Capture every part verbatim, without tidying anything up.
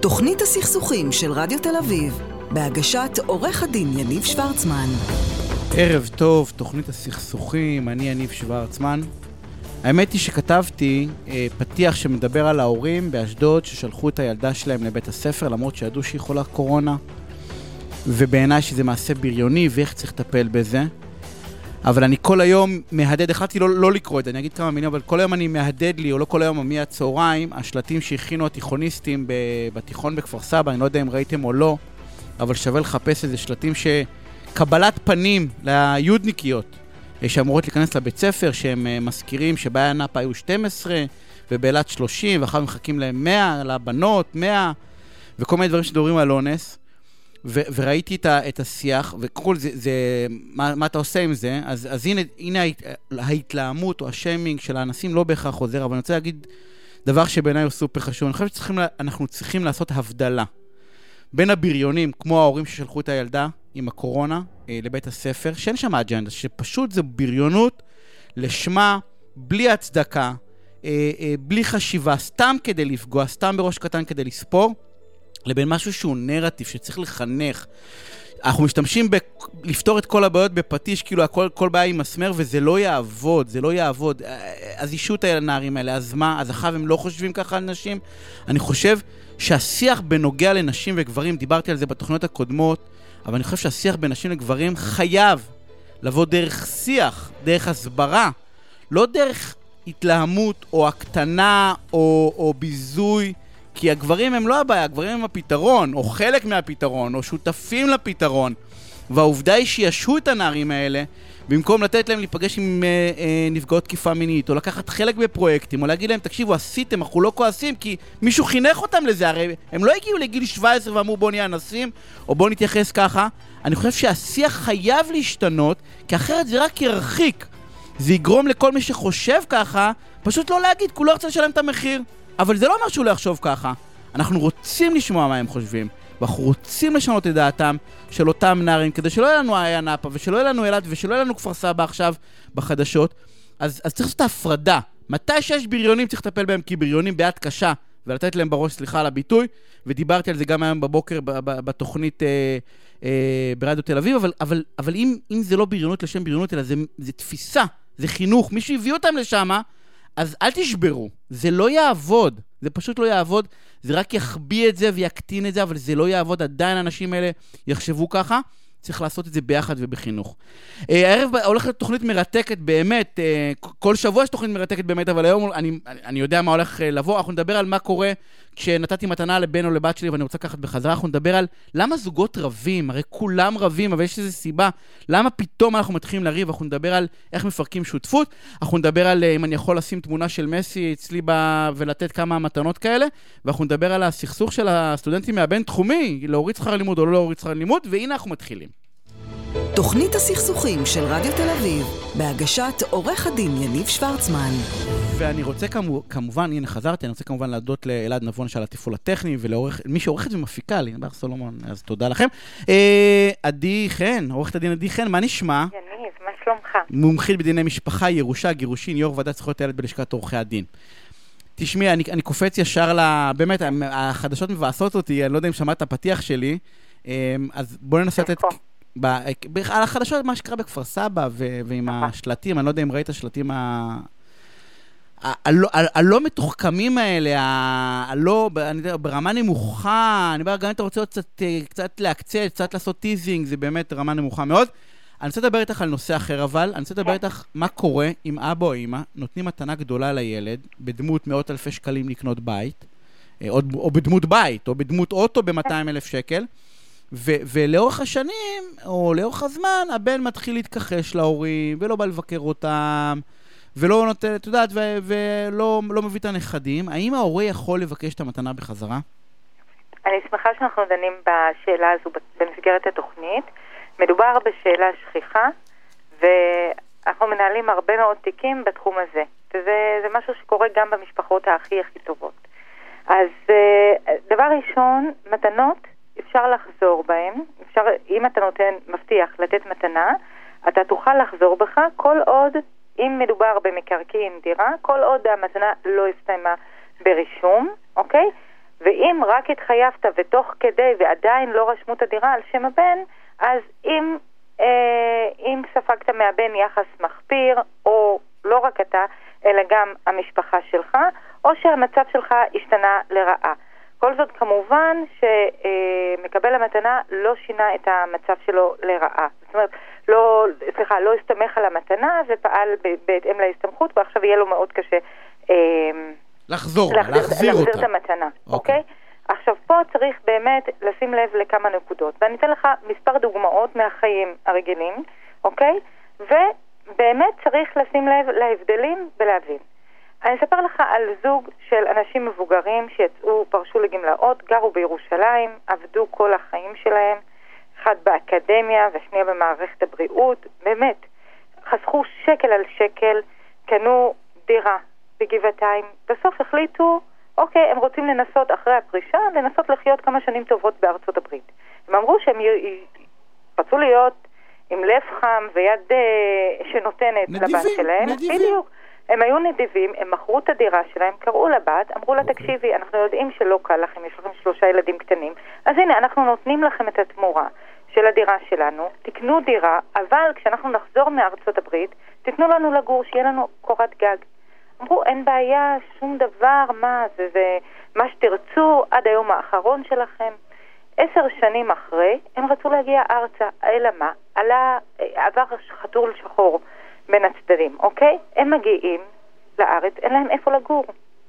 תוכנית הסכסוכים של רדיו תל אביב, בהגשת עורך הדין יניב שוורצמן. ערב טוב, תוכנית הסכסוכים, אני יניב שוורצמן. האמת היא שכתבתי אה, פתיח שמדבר על ההורים באשדוד ששלחו את הילדה שלהם לבית הספר, למרות שידעו שהיא חולה קורונה, ובעיניי שזה מעשה בריוני ואיך צריך לטפל בזה. אבל אני כל היום מהדד, החלטתי לא, לא לקרוא את זה, אני אגיד כמה מילים, אבל כל היום אני מהדד לי, או לא כל היום מהצהריים, השלטים שהכינו התיכוניסטים בתיכון בכפר סבא, אני לא יודע אם ראיתם או לא, אבל שווה לחפש איזה שלטים שקבלת פנים ליודניקיות, שאמורות להיכנס לבית ספר, שהם מזכירים שבעיה נאפה היו שתים עשרה, ובאלת שלושים, ואחר מחכים להם מאה, לבנות, מאה, וכל מיני דברים שדורים על אונס. ו- וראיתי את, ה- את השיח, וכל זה, זה מה, מה אתה עושה עם זה, אז, אז הנה, הנה ההת, ההתלהמות או השיימינג של האנשים לא בהכרח חוזר, אבל אני רוצה להגיד דבר שבעיניי הוא סופר חשוב. אני חושב שאנחנו צריכים לעשות הבדלה בין הבריונים, כמו ההורים ששלחו את הילדה עם הקורונה אה, לבית הספר, שאין שם אג'נדה, שפשוט זה בריונות לשמה, בלי הצדקה, אה, אה, בלי חשיבה, סתם כדי לפגוע, סתם בראש קטן כדי לספור, לבין משהו שהוא נרטיב, שצריך לחנך. אנחנו משתמשים ב- לפתור את כל הבעיות בפטיש, כאילו הכל, כל בעיה עם מסמר, וזה לא יעבוד, זה לא יעבוד. אז אישו את הנערים האלה, אז מה? אז אחר הם לא חושבים ככה על נשים? אני חושב שהשיח בנוגע לנשים וגברים, דיברתי על זה בתוכניות הקודמות, אבל אני חושב שהשיח בין נשים לגברים חייב לבוא דרך שיח, דרך הסברה, לא דרך התלהמות או הקטנה או, או ביזוי, כי הגברים הם לא הבעיה, הגברים הם הפתרון, או חלק מהפתרון, או שותפים לפתרון. והעובדה היא שישו את הנערים האלה, במקום לתת להם להיפגש עם אה, אה, נפגעות תקיפה מינית, או לקחת חלק בפרויקטים, או להגיד להם, תקשיבו, עשיתם, אנחנו לא כועסים, כי מישהו חינך אותם לזה, הרי הם לא הגיעו לגיל שבע עשרה ואמרו בוא נהיה אנסים, או בוא נתייחס ככה. אני חושב שהשיח חייב להשתנות, כי אחרת זה רק ירחיק. זה יגרום לכל מי שחושב ככה, פשוט לא להגיד, כולו רוצה לשלם את המחיר. אבל זה לא אומר שהוא לא יחשוב ככה. אנחנו רוצים לשמוע מה הם חושבים, ואנחנו רוצים לשנות את דעתם של אותם נערים, כדי שלא יהיה לנו היה נאפה, ושלא יהיה לנו אילת, ושלא יהיה לנו כפר סבא עכשיו בחדשות. אז, אז צריך לעשות את ההפרדה. מתי שיש בריונים צריך לטפל בהם כבריונים ביד קשה, ולתת להם בראש, סליחה על הביטוי, ודיברתי על זה גם היום בבוקר בתוכנית אה, אה, ברדיו תל אביב, אבל, אבל, אבל אם, אם זה לא בריונות לשם בריונות, אלא זה, זה תפיסה, זה חינוך, מישהו הביא אותם לשם, אז אל תשברו, זה לא יעבוד, זה פשוט לא יעבוד, זה רק יחביא את זה ויקטין את זה, אבל זה לא יעבוד, עדיין האנשים האלה יחשבו ככה, צריך לעשות את זה ביחד ובחינוך. הערב הולכת תוכנית מרתקת באמת, כל שבוע יש תוכנית מרתקת באמת, אבל היום אני, אני יודע מה הולך לבוא, אנחנו נדבר על מה קורה כשנתתי מתנה לבן או לבת שלי ואני רוצה לקחת בחזרה, אנחנו נדבר על למה זוגות רבים, הרי כולם רבים, אבל יש איזו סיבה, למה פתאום אנחנו מתחילים לריב, אנחנו נדבר על איך מפרקים שותפות, אנחנו נדבר על אם אני יכול לשים תמונה של מסי אצלי ב... ולתת כמה מתנות כאלה, ואנחנו נדבר על הסכסוך של הסטודנטים מהבין תחומי, להוריד שכר לימוד או לא להוריד שכר לימוד, והנה אנחנו מתחילים. תוכנית הסכסוכים של רדיו תל אביב, בהגשת עורך הדין יניב שוורצמן. ואני רוצה כמובן, הנה חזרתי, אני רוצה כמובן להודות לאלעד נבון של התפעול הטכני, ולמי שעורכת ומפיקה לי, בר סולומון, אז תודה לכם. עדי חן, עורכת הדין עדי חן, מה נשמע? יניב, מה שלומך? מומחית בדיני משפחה, ירושה, גירושין, יו"ר ועדת זכויות הילד בלשכת עורכי הדין. תשמעי, אני, אני קופץ ישר ל... באמת, החדשות מבאסות אותי, אני לא יודע אם שמעת את הפתיח שלי, אז בואו ננסה לתת... על החדשות, מה שקרה בכפר סבא ועם השלטים, אני לא יודע אם ראית השלטים הלא מתוחכמים האלה, הלא ברמה נמוכה, אני אומר, גם אם אתה רוצה קצת להקצה, קצת לעשות טיזינג, זה באמת רמה נמוכה מאוד. אני רוצה לדבר איתך על נושא אחר, אבל אני רוצה לדבר איתך מה קורה אם אבא או אמא נותנים מתנה גדולה לילד, בדמות מאות אלפי שקלים לקנות בית, או בדמות בית, או בדמות אוטו ב-מאתיים אלף שקל, ו- ולאורך השנים, או לאורך הזמן, הבן מתחיל להתכחש להורים, ולא בא לבקר אותם, ולא נותן, את יודעת, ו- ולא לא מביא את הנכדים. האם ההורה יכול לבקש את המתנה בחזרה? אני שמחה שאנחנו דנים בשאלה הזו במסגרת התוכנית. מדובר בשאלה שכיחה, ואנחנו מנהלים הרבה מאוד תיקים בתחום הזה. וזה זה משהו שקורה גם במשפחות הכי הכי טובות. אז דבר ראשון, מתנות, אפשר לחזור בהם, אפשר, אם אתה נותן, מבטיח לתת מתנה, אתה תוכל לחזור בך כל עוד, אם מדובר במקרקעין דירה, כל עוד המתנה לא הסתיימה ברישום, אוקיי? ואם רק התחייבת ותוך כדי ועדיין לא רשמו את הדירה על שם הבן, אז אם, אה, אם ספגת מהבן יחס מחפיר, או לא רק אתה, אלא גם המשפחה שלך, או שהמצב שלך השתנה לרעה. כל זאת כמובן שמקבל המתנה לא שינה את המצב שלו לרעה. זאת אומרת, לא, סליחה, לא הסתמך על המתנה ופעל בהתאם להסתמכות, ועכשיו יהיה לו מאוד קשה לחזור, להחזיר אותה. להחזיר את המתנה, אוקיי? עכשיו פה צריך באמת לשים לב לכמה נקודות, ואני אתן לך מספר דוגמאות מהחיים הרגילים, אוקיי? ובאמת צריך לשים לב להבדלים ולהבין. אני אספר לך על זוג של אנשים מבוגרים שיצאו, פרשו לגמלאות, גרו בירושלים, עבדו כל החיים שלהם, אחד באקדמיה והשנייה במערכת הבריאות, באמת, חסכו שקל על שקל, קנו דירה בגבעתיים, בסוף החליטו, אוקיי, הם רוצים לנסות אחרי הפרישה, לנסות לחיות כמה שנים טובות בארצות הברית. הם אמרו שהם י... רצו להיות עם לב חם ויד uh, שנותנת נדיבים, לבת שלהם. נדיבים. בדיוק. הם היו נדיבים, הם מכרו את הדירה שלהם, קראו לבת, אמרו לה, אוקיי. תקשיבי, אנחנו יודעים שלא קל לכם, יש לכם שלושה ילדים קטנים, אז הנה, אנחנו נותנים לכם את התמורה של הדירה שלנו, תקנו דירה, אבל כשאנחנו נחזור מארצות הברית, תתנו לנו לגור, שיהיה לנו קורת גג. אמרו, אין בעיה, שום דבר, מה, זה, זה מה שתרצו עד היום האחרון שלכם. עשר שנים אחרי, הם רצו להגיע ארצה, אלא מה? עלה, עבר חתול שחור בין הצדדים, אוקיי? הם מגיעים לארץ, אין להם איפה לגור.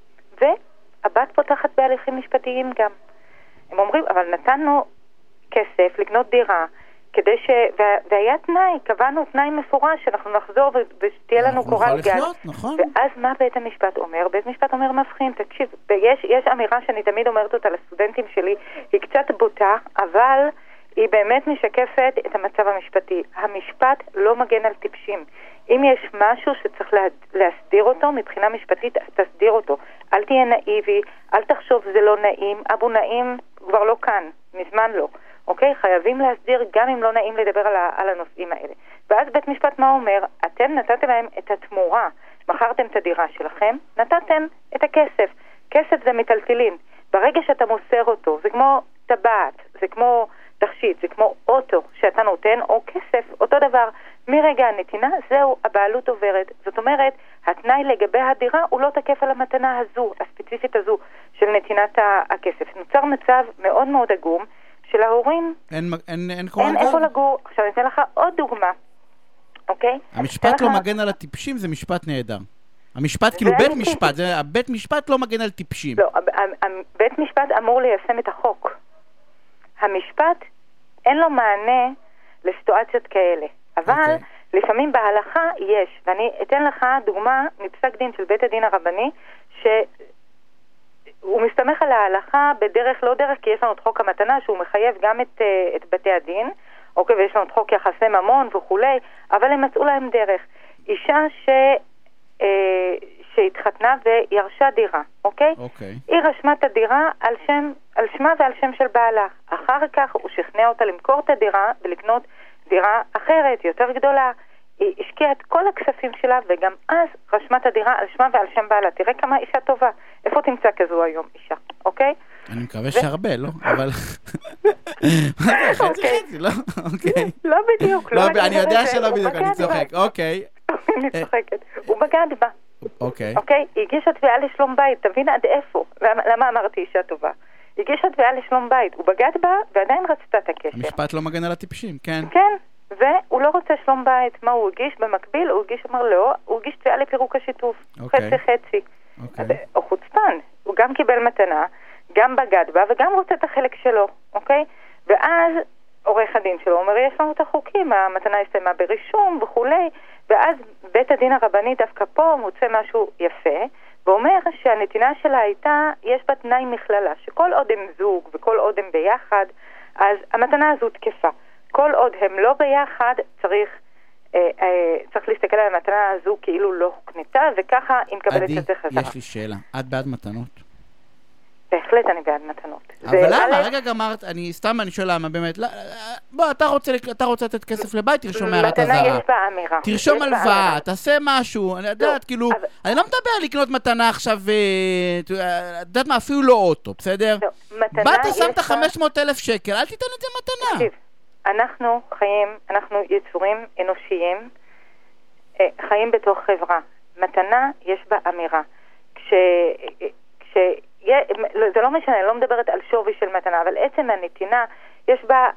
והבת פותחת בהליכים משפטיים גם. הם אומרים, אבל נתנו כסף לקנות דירה, כדי ש... והיה תנאי, קבענו תנאי מפורש, שאנחנו נחזור ושתהיה לנו קורת גג. נכון. ואז מה בית המשפט אומר? בית המשפט אומר מבחין, תקשיב, יש, יש אמירה שאני תמיד אומרת אותה לסטודנטים שלי, היא קצת בוטה, אבל היא באמת משקפת את המצב המשפטי. המשפט לא מגן על טיפשים. אם יש משהו שצריך לה, להסדיר אותו, מבחינה משפטית, תסדיר אותו. אל תהיה נאיבי, אל תחשוב זה לא נעים, אבו נעים כבר לא כאן, מזמן לא. אוקיי? חייבים להסדיר גם אם לא נעים לדבר על, ה, על הנושאים האלה. ואז בית משפט מה אומר? אתם נתתם להם את התמורה, מכרתם את הדירה שלכם, נתתם את הכסף. כסף זה מטלטלין. ברגע שאתה מוסר אותו, זה כמו טבעת, זה כמו תכשיט, זה כמו אוטו שאתה נותן, או כסף, אותו דבר. מרגע הנתינה, זהו, הבעלות עוברת. זאת אומרת, התנאי לגבי הדירה הוא לא תקף על המתנה הזו, הספציפית הזו, של נתינת הכסף. נוצר מצב מאוד מאוד עגום, של ההורים אין, אין, אין, קורת אין גג? איפה לגור. עכשיו אני אתן לך עוד דוגמה, אוקיי? המשפט לא לך... מגן על הטיפשים, זה משפט נהדר. המשפט, כאילו בית משפט, זה, הבית משפט לא מגן על טיפשים. לא, בית משפט אמור ליישם את החוק. המשפט אין לו מענה לסיטואציות כאלה. אבל okay. לפעמים בהלכה יש, ואני אתן לך דוגמה מפסק דין של בית הדין הרבני, שהוא מסתמך על ההלכה בדרך לא דרך, כי יש לנו את חוק המתנה שהוא מחייב גם את, את בתי הדין, אוקיי, ויש לנו את חוק יחסי ממון וכולי, אבל הם מצאו להם דרך. אישה ש... אה, שהתחתנה וירשה דירה, אוקיי? אוקיי. היא רשמה את הדירה על שם, על שמה ועל שם של בעלה. אחר כך הוא שכנע אותה למכור את הדירה ולקנות דירה אחרת, יותר גדולה. היא השקיעה את כל הכספים שלה, וגם אז רשמה את הדירה על שמה ועל שם בעלה. תראה כמה אישה טובה. איפה תמצא כזו היום אישה, אוקיי? אני מקווה שהרבה, לא? אבל... חצי חצי, לא? אוקיי. לא בדיוק. אני יודע שלא בדיוק, אני צוחק. אוקיי. אני צוחקת. הוא בגד בה. אוקיי. אוקיי? היא הגישה תביעה לשלום בית. תבין עד איפה. למה אמרתי אישה טובה? היא הגישה תביעה לשלום בית. הוא בגד בה ועדיין רצתה את הקשר. המשפט לא מגן על הטיפשים, כן. כן. והוא לא רוצה שלום בית. מה הוא הגיש? במקביל הוא הגיש, אמר לא, הוא הגיש תביעה לפירוק השיתוף. חצי חצי. הוא חוצפן. הוא גם קיבל מתנה, גם בגד בה, וגם רוצה את החלק שלו. אוקיי? ואז עורך הדין שלו אומר, יש לנו את החוקים, המתנה הסתיימה ברישום וכולי, ואז בית הדין הרבני דווקא פה מוצא משהו יפה, ואומר שהנתינה שלה הייתה, יש בה תנאי מכללה, שכל עוד הם זוג וכל עוד הם ביחד, אז המתנה הזו תקפה. כל עוד הם לא ביחד, צריך, אה, אה, צריך להסתכל על המתנה הזו כאילו לא הוקנתה, וככה היא מקבלת את זה חזרה. יש לי שאלה. את בעד מתנות? בהחלט אני בעד מתנות. אבל למה? רגע גמרת, אני סתם אני שואל למה, באמת, בוא, אתה רוצה, אתה רוצה לתת כסף לבית, תרשום הערת הזרה. מתנה יש בה אמירה. תרשום הלוואה, תעשה משהו, אני יודעת, כאילו, אני לא מדבר על לקנות מתנה עכשיו, את יודעת מה, אפילו לא אוטו, בסדר? באת, שמת חמש מאות אלף שקל, אל תיתן את זה מתנה. תקשיב, אנחנו חיים, אנחנו יצורים אנושיים, חיים בתוך חברה. מתנה יש בה אמירה. כש... כש... זה לא משנה, אני לא מדברת על שווי של מתנה, אבל עצם הנתינה, יש בה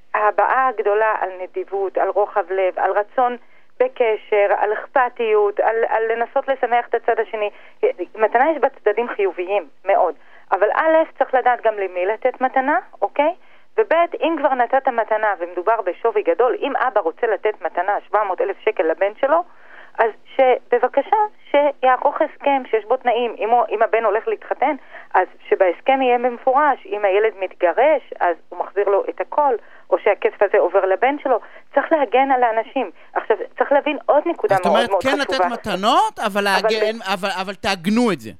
הבעה גדולה על נדיבות, על רוחב לב, על רצון בקשר, על אכפתיות, על, על לנסות לשמח את הצד השני. מתנה יש בה צדדים חיוביים מאוד, אבל א', צריך לדעת גם למי לתת מתנה, אוקיי? וב', אם כבר נתת מתנה ומדובר בשווי גדול, אם אבא רוצה לתת מתנה שבע מאות אלף שקל לבן שלו, אז שבבקשה שיערוך הסכם שיש בו תנאים. אם, הוא, אם הבן הולך להתחתן, אז שבהסכם יהיה במפורש. אם הילד מתגרש, אז הוא מחזיר לו את הכל, או שהכסף הזה עובר לבן שלו. צריך להגן על האנשים. עכשיו, צריך להבין עוד נקודה מאוד מאוד חשובה. זאת אומרת, כן לתת מתנות, אבל, אבל, להגן, ב... אבל, אבל תעגנו את זה.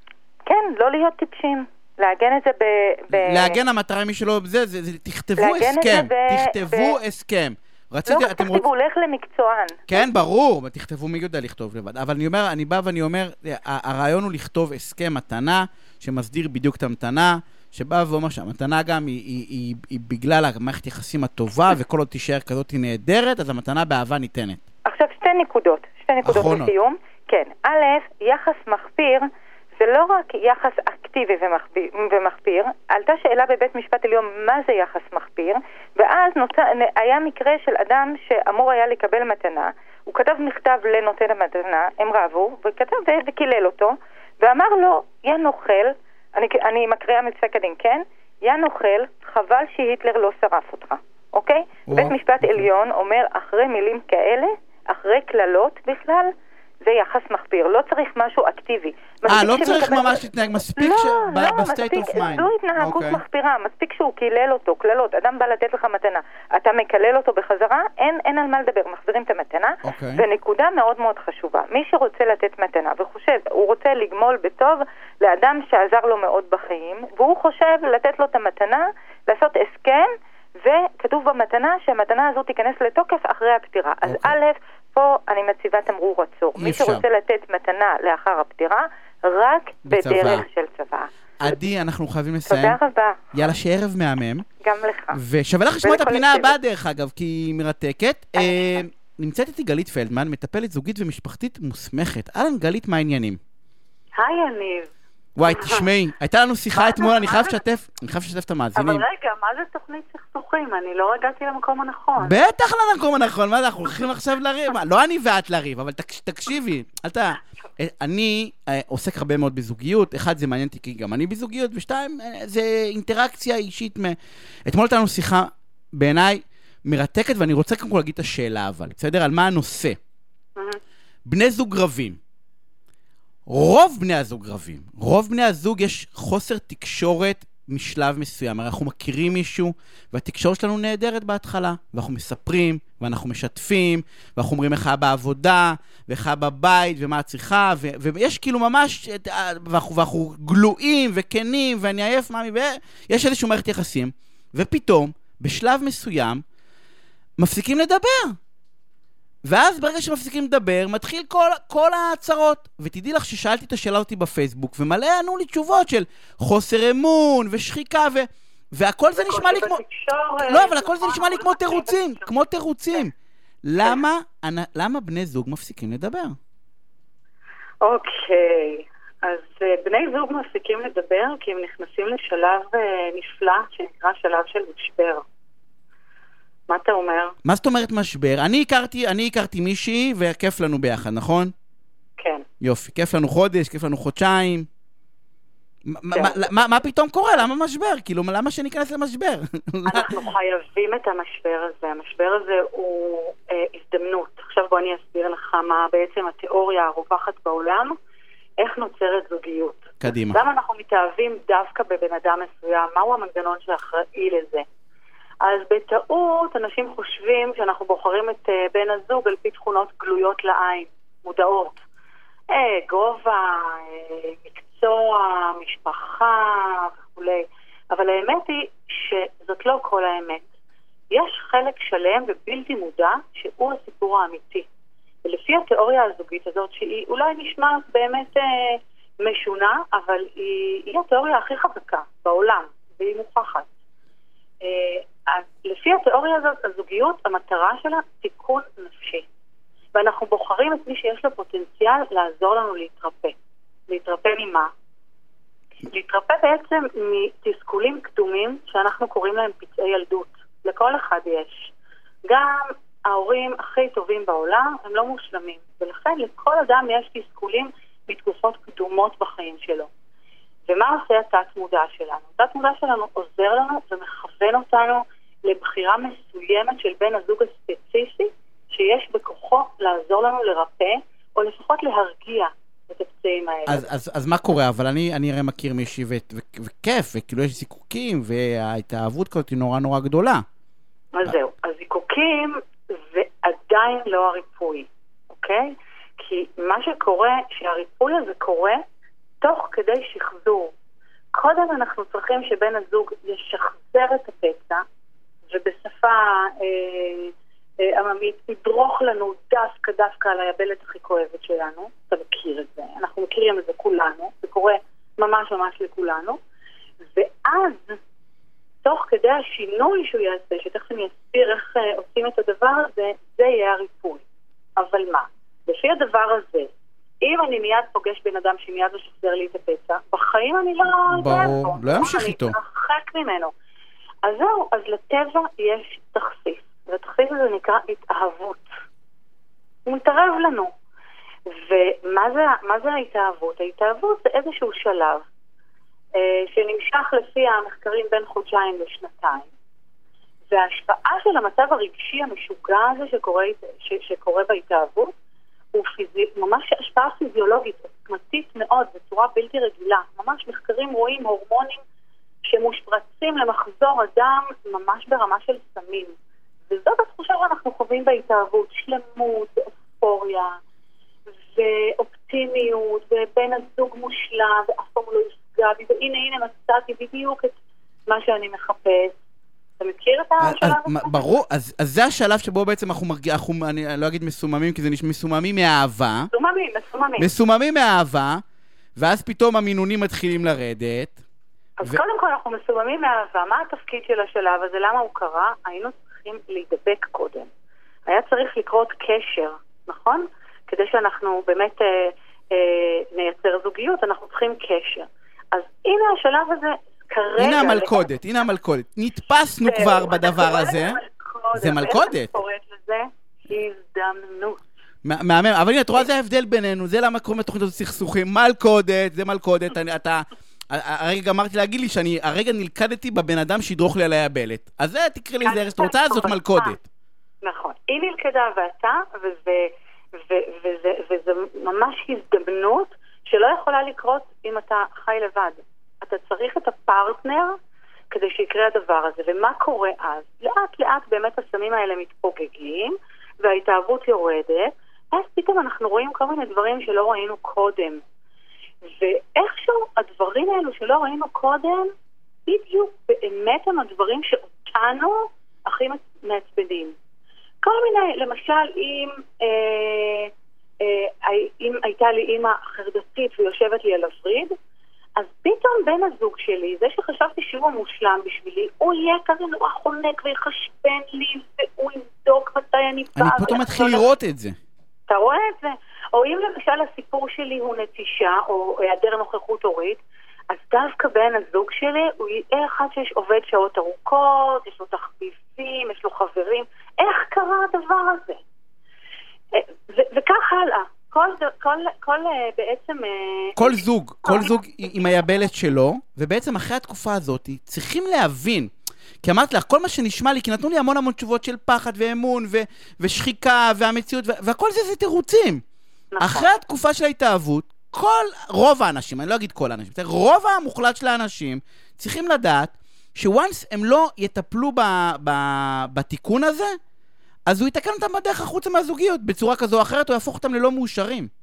כן, לא להיות טיפשים. להגן את זה ב... ב... להגן המטרה מי שלא... זה, זה, זה, תכתבו הסכם. ב... תכתבו ב... הסכם. רציתי, לא, תכתבו, הולך למקצוען. כן, ברור, תכתבו מי יודע לכתוב לבד. אבל אני אומר, אני בא ואני אומר, הרעיון הוא לכתוב הסכם מתנה, שמסדיר בדיוק את המתנה, שבא ואומר שהמתנה גם היא, היא, היא, היא בגלל המערכת יחסים הטובה, וכל עוד תישאר כזאת היא נהדרת, אז המתנה באהבה ניתנת. עכשיו, שתי נקודות, שתי נקודות לסיום. כן, א', יחס מחפיר, זה לא רק יחס אקטיבי ומחפיר, עלתה שאלה בבית משפט עליון מה זה יחס מחפיר, ואז נוצא, היה מקרה של אדם שאמור היה לקבל מתנה, הוא כתב מכתב לנותן המתנה, הם רבו, וכתב וקילל אותו, ואמר לו, יא נוכל, אני, אני מקריאה מפסק הדין, כן? יא נוכל, חבל שהיטלר לא שרף אותך, אוקיי? בית משפט עליון אומר, אחרי מילים כאלה, אחרי כללות בכלל, זה יחס מחפיר, לא צריך משהו אקטיבי. אה, לא צריך ממש להתנהג, מספיק בסטייט אוף מיינד. זו התנהגות מחפירה, מספיק שהוא קילל אותו, כללות, אדם בא לתת לך מתנה, אתה מקלל אותו בחזרה, אין על מה לדבר, מחזירים את המתנה, ונקודה מאוד מאוד חשובה, מי שרוצה לתת מתנה וחושב, הוא רוצה לגמול בטוב לאדם שעזר לו מאוד בחיים, והוא חושב לתת לו את המתנה, לעשות הסכם, וכתוב במתנה שהמתנה הזאת תיכנס לתוקף אחרי הפטירה. אז א', פה אני מציבה תמרור עצור. מי שרוצה לתת מתנה לאחר הפטירה, רק בדרך של צבא. עדי, אנחנו חייבים לסיים. תודה רבה. יאללה, שערב מהמם. גם לך. ושווה לך לשמוע את הפינה הבאה דרך אגב, כי היא מרתקת. נמצאת איתי גלית פלדמן, מטפלת זוגית ומשפחתית מוסמכת. אהלן גלית, מה העניינים? היי יניב. וואי, תשמעי, הייתה לנו שיחה אתמול, אני חייב לשתף, אני חייב לשתף את המאזינים. אבל רגע, מה זה תוכנית סכסוכים? אני לא הגעתי למקום הנכון. בטח למקום הנכון, מה זה, אנחנו הולכים עכשיו לריב? לא אני ואת לריב, אבל תקשיבי, אל ת... אני עוסק הרבה מאוד בזוגיות, אחד זה מעניין אותי כי גם אני בזוגיות, ושתיים זה אינטראקציה אישית. אתמול הייתה לנו שיחה בעיניי מרתקת, ואני רוצה קודם כל להגיד את השאלה אבל, בסדר? על מה הנושא? בני זוג רבים. רוב בני הזוג רבים. רוב בני הזוג יש חוסר תקשורת משלב מסוים. אנחנו מכירים מישהו, והתקשורת שלנו נהדרת בהתחלה. ואנחנו מספרים, ואנחנו משתפים, ואנחנו אומרים איך היה בעבודה, ואיך היה בבית, ומה צריכה, ו- ויש כאילו ממש, ואנחנו, ואנחנו גלויים וכנים, ואני עייף, מאמי, ויש איזשהו מערכת יחסים, ופתאום, בשלב מסוים, מפסיקים לדבר. ואז ברגע שמפסיקים לדבר, מתחיל כל, כל ההצהרות. ותדעי לך ששאלתי את השאלה אותי בפייסבוק, ומלא ענו לי תשובות של חוסר אמון ושחיקה, ו... והכל זה נשמע לי כמו... לא, אבל הכל זה נשמע לי כמו תירוצים, כמו תירוצים. למה, למה בני זוג מפסיקים לדבר? אוקיי, אז בני זוג מפסיקים לדבר כי הם נכנסים לשלב נפלא, שנקרא שלב של משבר. מה אתה אומר? מה זאת אומרת משבר? אני הכרתי, אני הכרתי מישהי וכיף לנו ביחד, נכון? כן. יופי, כיף לנו חודש, כיף לנו חודשיים. כן. מה, מה, מה פתאום קורה? למה משבר? כאילו, למה שניכנס למשבר? אנחנו חייבים את המשבר הזה. המשבר הזה הוא אה, הזדמנות. עכשיו בוא אני אסביר לך מה בעצם התיאוריה הרווחת בעולם, איך נוצרת זוגיות. קדימה. למה אנחנו מתאהבים דווקא בבן אדם מסוים? מהו המנגנון שאחראי לזה? אז בטעות אנשים חושבים שאנחנו בוחרים את uh, בן הזוג על פי תכונות גלויות לעין, מודעות. אה, גובה, אה, מקצוע, מקצוע, משפחה וכולי. אבל האמת היא שזאת לא כל האמת. יש חלק שלם ובלתי מודע שהוא הסיפור האמיתי. ולפי התיאוריה הזוגית הזאת, שהיא אולי נשמעת באמת אה, משונה, אבל היא, היא התיאוריה הכי חזקה בעולם, והיא מוכחת. אה, אז לפי התיאוריה הזאת, הזוגיות, המטרה שלה, תיקון נפשי. ואנחנו בוחרים את מי שיש לו פוטנציאל לעזור לנו להתרפא. להתרפא ממה? להתרפא בעצם מתסכולים קדומים שאנחנו קוראים להם פצעי ילדות. לכל אחד יש. גם ההורים הכי טובים בעולם הם לא מושלמים, ולכן לכל אדם יש תסכולים בתקופות קדומות בחיים שלו. ומה עושה התת מודע שלנו? התת מודע שלנו עוזר לנו ומכוון אותנו לבחירה מסוימת של בן הזוג הספציפי שיש בכוחו לעזור לנו לרפא, או לפחות להרגיע את הפצעים האלה. אז, אז, אז מה קורה? אבל אני, אני הרי מכיר מישהי ו- ו- וכיף, וכאילו יש זיקוקים, וההתאהבות כזאת היא נורא נורא גדולה. אז זהו, הזיקוקים זה עדיין לא הריפוי, אוקיי? כי מה שקורה, שהריפוי הזה קורה תוך כדי שחזור. קודם אנחנו צריכים שבן הזוג ישחזר את הפצע, ובשפה אה, אה, עממית ידרוך לנו דווקא דווקא על היבלת הכי כואבת שלנו. אתה מכיר את זה, אנחנו מכירים את זה כולנו, זה קורה ממש ממש לכולנו. ואז תוך כדי השינוי שהוא יעשה, שתכף אני אסביר איך uh, עושים את הדבר הזה, זה יהיה הריפוי. אבל מה? לפי הדבר הזה, אם אני מיד פוגש בן אדם שמיד משחזר לי את הפצע, בחיים אני לא... ברור, לא ימשיך איתו. אני אתרחק ממנו. אז זהו, אז לטבע יש תכסיס, והתכסיס הזה נקרא התאהבות. הוא מתערב לנו. ומה זה, מה זה ההתאהבות? ההתאהבות זה איזשהו שלב, שנמשך לפי המחקרים בין חודשיים לשנתיים. וההשפעה של המצב הרגשי המשוגע הזה שקורה, ש, שקורה בהתאהבות הוא פיזי, ממש השפעה פיזיולוגית, עוצמתית מאוד, בצורה בלתי רגילה. ממש מחקרים רואים הורמונים שמושפרצים למחזור אדם ממש ברמה של סמים. וזאת התחושה שאנחנו חווים בהתאהבות, שלמות, אופוריה ואופטימיות, ובן הזוג מושלם, ואף פעם לא יפגע בי, והנה הנה מצאתי בדיוק את מה שאני מחפש. אתה מכיר את השלב הזה? ברור, אז זה השלב שבו בעצם אנחנו מרגיעים, אני לא אגיד מסוממים, כי זה נשמע מסוממים מהאהבה. מסוממים, מסוממים. מסוממים מהאהבה, ואז פתאום המינונים מתחילים לרדת. אז קודם כל אנחנו מסוממים מהאהבה. מה התפקיד של השלב הזה? למה הוא קרה? היינו צריכים להידבק קודם. היה צריך לקרות קשר, נכון? כדי שאנחנו באמת אה, אה, נייצר זוגיות, אנחנו צריכים קשר. אז הנה השלב הזה, כרגע... הנה המלכודת, הנה המלכודת. נתפסנו כבר בדבר הזה. זה מלכודת. איך קוראת לזה? הזדמנות. מהמם, אבל הנה, את רואה, זה ההבדל בינינו, זה למה קוראים לתוכנית הזאת סכסוכים. מלכודת, זה מלכודת, אתה... הרגע גמרתי להגיד לי שאני הרגע נלכדתי בבן אדם שידרוך לי על היבלת. אז זה תקרא לי זה ארסט רוצה, זאת מלכודת. נכון. היא נלכדה ואתה, וזה ממש הזדמנות שלא יכולה לקרות אם אתה חי לבד. אתה צריך את הפרטנר כדי שיקרה הדבר הזה. ומה קורה אז? לאט לאט באמת הסמים האלה מתפוגגים, וההתאהבות יורדת, אז פתאום אנחנו רואים כל מיני דברים שלא ראינו קודם. ואיכשהו הדברים האלו שלא ראינו קודם, בדיוק באמת הם הדברים שאותנו הכי מעצבנים. כל מיני, למשל, אם, אה, אה, אם הייתה לי אימא חרדתית ויושבת לי על הוריד, אז פתאום בן הזוג שלי, זה שחשבתי שהוא המושלם בשבילי, הוא יהיה כזה נורא חונק ויחשבן לי, והוא יבדוק מתי אני באה. אני פתאום מתחיל לראות את זה. אתה רואה את זה? או אם למשל הסיפור שלי הוא נטישה, או היעדר נוכחות הורית, אז דווקא בן הזוג שלי הוא יהיה אחד שיש עובד שעות ארוכות, יש לו תחביבים, יש לו חברים. איך קרה הדבר הזה? ו- וכך הלאה. כל, כל, כל בעצם... כל זוג, כל זוג עם היבלת שלו, ובעצם אחרי התקופה הזאת צריכים להבין, כי אמרת לך, כל מה שנשמע לי, כי נתנו לי המון המון תשובות של פחד ואמון ו- ושחיקה והמציאות, ו- והכל זה זה תירוצים. נכון. אחרי התקופה של ההתאהבות, כל, רוב האנשים, אני לא אגיד כל האנשים, רוב המוחלט של האנשים צריכים לדעת שוואנס הם לא יטפלו ב- ב- בתיקון הזה, אז הוא יתקן אותם בדרך החוצה מהזוגיות, בצורה כזו או אחרת, הוא יהפוך אותם ללא מאושרים.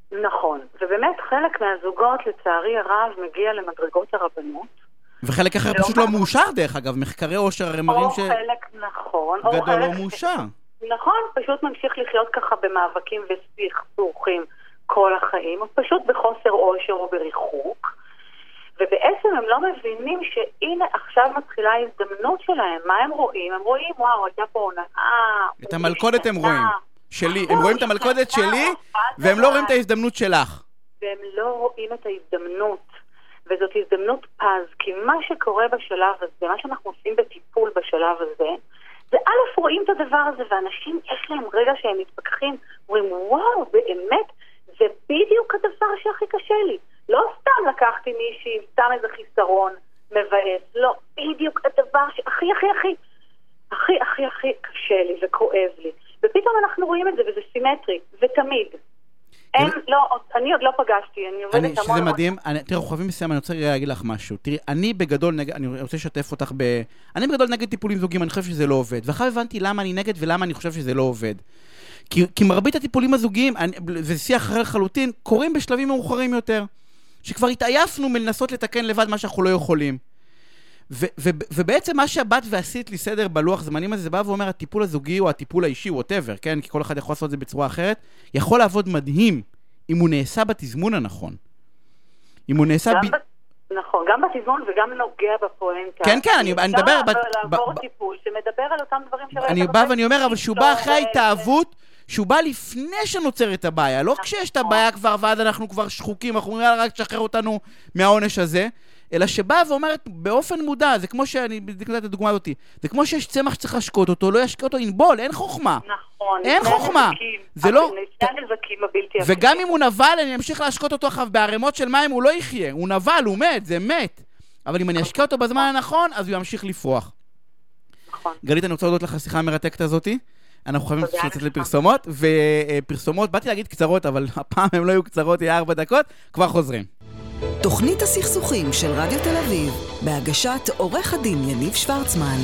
נכון, ובאמת חלק מהזוגות לצערי הרב מגיע למדרגות הרבנות. וחלק אחר פשוט לא מאושר דרך אגב, מחקרי אושר הרי מראים ש... או חלק נכון. גדול לא מאושר. נכון, פשוט ממשיך לחיות ככה במאבקים וסכסוכים כל החיים, או פשוט בחוסר אושר או בריחוק. ובעצם הם לא מבינים שהנה עכשיו מתחילה ההזדמנות שלהם. מה הם רואים? הם רואים, וואו, הייתה פה עונה. את המלכודת הם רואים. שלי. הם רואים את המלכודת שלי, והם לא רואים את ההזדמנות שלך. והם לא רואים את ההזדמנות. וזאת הזדמנות פז, כי מה שקורה בשלב הזה, מה שאנחנו עושים בטיפול בשלב הזה, זה א' רואים את הדבר הזה, ואנשים יש להם רגע שהם מתפכחים, אומרים, וואו, באמת, זה בדיוק הדבר שהכי קשה לי. לא סתם לקחתי מישהי, סתם איזה חיסרון מבאס, לא, בדיוק הדבר שהכי הכי הכי הכי הכי הכי קשה לי וכואב לי. ופתאום אנחנו רואים את זה, וזה סימטרי, ותמיד. אין, לא, אני עוד לא פגשתי, אני עובדת המון. שזה מדהים, תראי, אנחנו חייבים לסיים, אני רוצה להגיד לך משהו. תראי, אני בגדול נגד, אני רוצה לשתף אותך ב... אני בגדול נגד טיפולים זוגיים, אני חושב שזה לא עובד. ואחר הבנתי למה אני נגד ולמה אני חושב שזה לא עובד. כי, כי מרבית הטיפולים הזוגיים, ושיח אחר לחלוטין, קורים בשלבים מאוחרים יותר. שכבר התעייפנו מלנסות לתקן לבד מה שאנחנו לא יכולים. ו- ו- ובעצם מה שהבת ועשית לי סדר בלוח זמנים הזה, זה בא ואומר, הטיפול הזוגי או הטיפול האישי, whatever, כן? כי כל אחד יכול לעשות את זה בצורה אחרת, יכול לעבוד מדהים, אם הוא נעשה בתזמון הנכון. אם הוא נעשה... ב... ב... נכון, גם בתזמון וגם נוגע בפואנטה. כן, כן, אני, אני מדבר... אפשר לעבור ב... טיפול שמדבר על אותם דברים שראית... אני בא ואני אומר, אבל שהוא בא אחרי ההתאהבות, שהוא בא לפני שנוצרת הבעיה, לא כשיש את הבעיה כבר, ועד אנחנו כבר שחוקים, אנחנו אומרים, רק תשחרר אותנו מהעונש הזה, אלא שבא ואומרת באופן מודע, זה כמו שאני, בדקת את הדוגמה אותי, זה כמו שיש צמח שצריך לשקוט אותו, לא ישקוט אותו, ינבול, אין חוכמה. נכון. אין חוכמה. זה לא... וגם אם הוא נבל, אני אמשיך להשקוט אותו אחריו בערימות של מים, הוא לא יחיה. הוא נבל, הוא מת, זה מת. אבל אם אני אשקע אותו בזמן הנכון, אז הוא ימשיך לפרוח. נכון. גלית, אני רוצה להודות לך השיחה המרתקת הזאתי. אנחנו חייבים לצאת לפרסומות, ופרסומות, באתי להגיד קצרות, אבל הפעם הם לא יהיו קצרות, יהיה ארבע דקות, כבר חוזרים. תוכנית הסכסוכים של רדיו תל אביב, בהגשת עורך הדין יניב שוורצמן.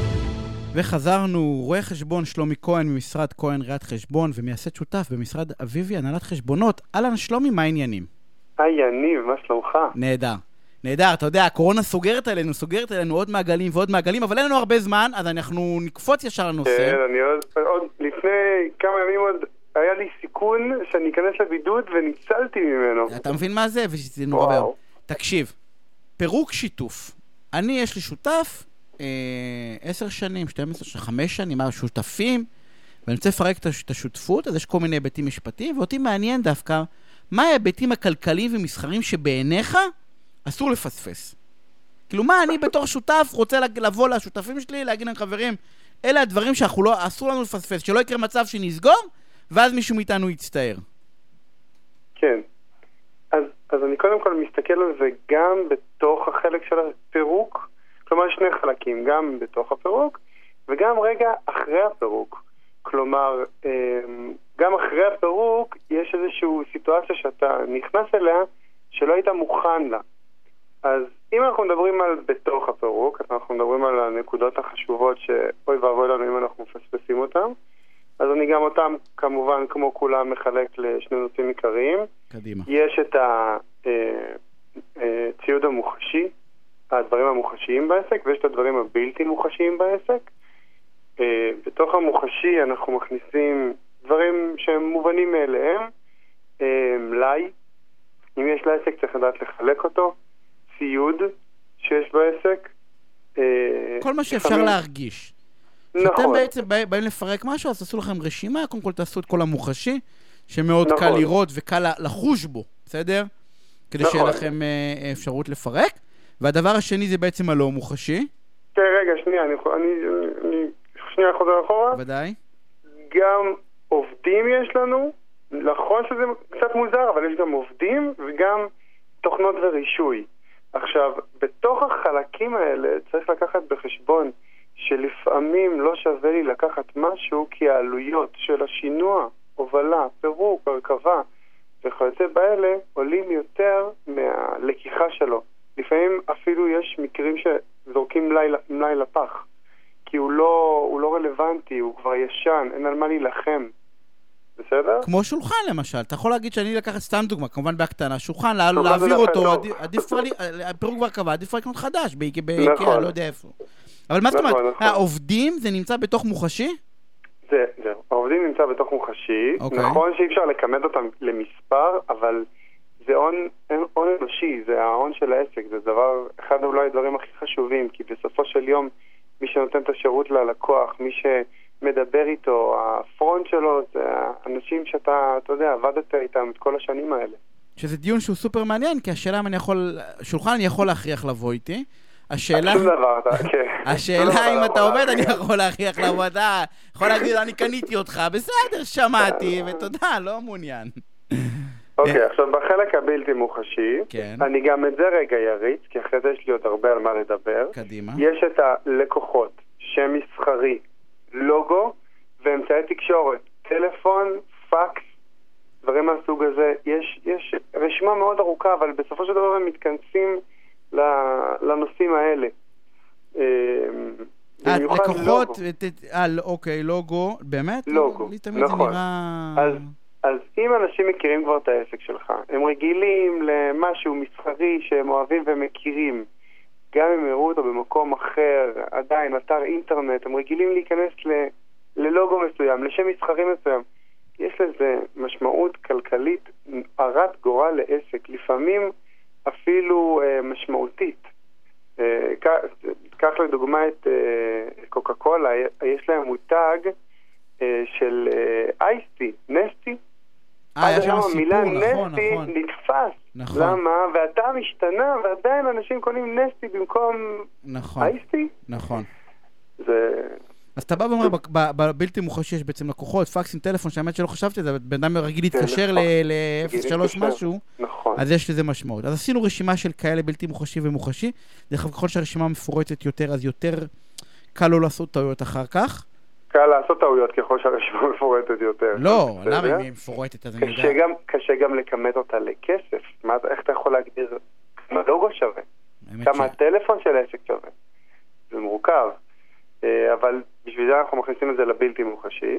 וחזרנו, רואה חשבון שלומי כהן ממשרד כהן ראיית חשבון, ומייסד שותף במשרד אביבי הנהלת חשבונות. אהלן שלומי, מה העניינים? היי יניב, מה שלומך? נהדר. נהדר, אתה יודע, הקורונה סוגרת עלינו, סוגרת עלינו עוד מעגלים ועוד מעגלים, אבל אין לנו הרבה זמן, אז אנחנו נקפוץ ישר לנושא. כן, אני עוד, עוד לפני כמה ימים עוד היה לי סיכון שאני אכנס לבידוד וניצלתי ממנו. אתה מבין מה זה? וזה נורא בעיה. תקשיב, פירוק שיתוף. אני, יש לי שותף, אה, עשר שנים, שתים עשרה, חמש שנים, מה, שותפים, ואני רוצה לפרק את השותפות, אז יש כל מיני היבטים משפטיים, ואותי מעניין דווקא, מה ההיבטים הכלכליים ומסחרים שבעיניך אסור לפספס. כאילו מה אני בתור שותף רוצה לבוא לשותפים שלי, להגיד להם חברים, אלה הדברים שאנחנו לא, אסור לנו לפספס, שלא יקרה מצב שנסגור, ואז מישהו מאיתנו יצטער. כן. אז, אז אני קודם כל מסתכל על זה גם בתוך החלק של הפירוק, כלומר שני חלקים, גם בתוך הפירוק, וגם רגע אחרי הפירוק. כלומר, גם אחרי הפירוק יש איזושהי סיטואציה שאתה נכנס אליה, שלא היית מוכן לה. אז אם אנחנו מדברים על בתוך הפירוק, אנחנו מדברים על הנקודות החשובות שאוי ואבוי לנו אם אנחנו מפספסים אותם, אז אני גם אותם כמובן כמו כולם מחלק לשני נושאים עיקריים. קדימה. יש את הציוד המוחשי, הדברים המוחשיים בעסק, ויש את הדברים הבלתי מוחשיים בעסק. בתוך המוחשי אנחנו מכניסים דברים שהם מובנים מאליהם, מלאי, אם יש לעסק צריך לדעת לחלק אותו, ציוד שיש בעסק. כל מה שאפשר להרגיש. נכון. שאתם בעצם באים לפרק משהו, אז תעשו לכם רשימה, קודם כל תעשו את כל המוחשי, שמאוד קל לראות וקל לחוש בו, בסדר? כדי שיהיה לכם אפשרות לפרק. והדבר השני זה בעצם הלא מוחשי. כן, רגע, שנייה, אני שנייה חוזר אחורה. ודאי. גם עובדים יש לנו, נכון שזה קצת מוזר, אבל יש גם עובדים וגם תוכנות ורישוי. עכשיו, בתוך החלקים האלה צריך לקחת בחשבון שלפעמים לא שווה לי לקחת משהו כי העלויות של השינוע, הובלה, פירוק, הרכבה וכיוצא באלה עולים יותר מהלקיחה שלו. לפעמים אפילו יש מקרים שזורקים מלאי לפח כי הוא לא, הוא לא רלוונטי, הוא כבר ישן, אין על מה להילחם. בסדר? כמו שולחן למשל, אתה יכול להגיד שאני לקחת סתם דוגמה, כמובן בהקטנה, שולחן, להעביר אותו, עדיף כבר, הפירוק כבר קבע, עדיף כבר לקנות חדש, באיקאה, לא יודע איפה. אבל מה זאת אומרת, העובדים זה נמצא בתוך מוחשי? זה, זה, העובדים נמצא בתוך מוחשי, נכון שאי אפשר לכמת אותם למספר, אבל זה הון אנושי, זה ההון של העסק, זה דבר, אחד אולי הדברים הכי חשובים, כי בסופו של יום מי שנותן את השירות ללקוח, מי שמדבר איתו, הפרונט שלו, זה האנשים שאתה, אתה יודע, עבדת איתם את כל השנים האלה. שזה דיון שהוא סופר מעניין, כי השאלה אם אני יכול, שולחן אני יכול להכריח לבוא איתי, השאלה... שום דבר, אתה, כן. השאלה אם אתה עובד, אני יכול להכריח לבוא, אתה יכול להגיד, אני קניתי אותך, בסדר, שמעתי, ותודה, לא מעוניין. אוקיי, עכשיו בחלק הבלתי מוחשי, אני גם את זה רגע יריץ, כי אחרי זה יש לי עוד הרבה על מה לדבר. קדימה. יש את הלקוחות, שם מסחרי, לוגו ואמצעי תקשורת, טלפון, פקס, דברים מהסוג הזה. יש, יש רשימה מאוד ארוכה, אבל בסופו של דבר הם מתכנסים לנושאים האלה. אה, לקוחות, אה, אוקיי, לוגו, באמת? לוגו, נכון. אז... אז אם אנשים מכירים כבר את העסק שלך, הם רגילים למשהו מסחרי שהם אוהבים ומכירים, גם אם הראו אותו במקום אחר, עדיין, אתר אינטרנט, הם רגילים להיכנס ל, ללוגו מסוים, לשם מסחרי מסוים. יש לזה משמעות כלכלית הרת גורל לעסק, לפעמים אפילו אה, משמעותית. אה, כך לדוגמה את אה, קוקה קולה, יש להם מותג אה, של אייסטי, נסטי, אה, יש שם סיפור, נכון, נסטי נכון. נתפס. נכון. למה? ואתה משתנה, ועדיין אנשים קונים נסטי במקום נכון. אייסטי. נכון. זה... אז אתה בא ואומר, בבלתי מוחשי יש בעצם לקוחות, פקסים, טלפון, שהאמת שלא חשבתי את זה, בן אדם רגיל להתקשר ל-אפס שלוש משהו, אז יש לזה משמעות. אז עשינו רשימה של כאלה בלתי מוחשי ומוחשי, דרך כלל ככל שהרשימה מפורטת יותר, אז יותר קל לו לעשות טעויות אחר כך. קל לעשות טעויות ככל שהרשימה מפורטת יותר. לא, למה אם היא מפורטת? אז אני יודע. קשה גם לכמת אותה לכסף. איך אתה יכול להגדיר כמה לוגו שווה? כמה הטלפון של העסק שווה? זה מורכב. אבל בשביל זה אנחנו מכניסים את זה לבלתי מוחשי,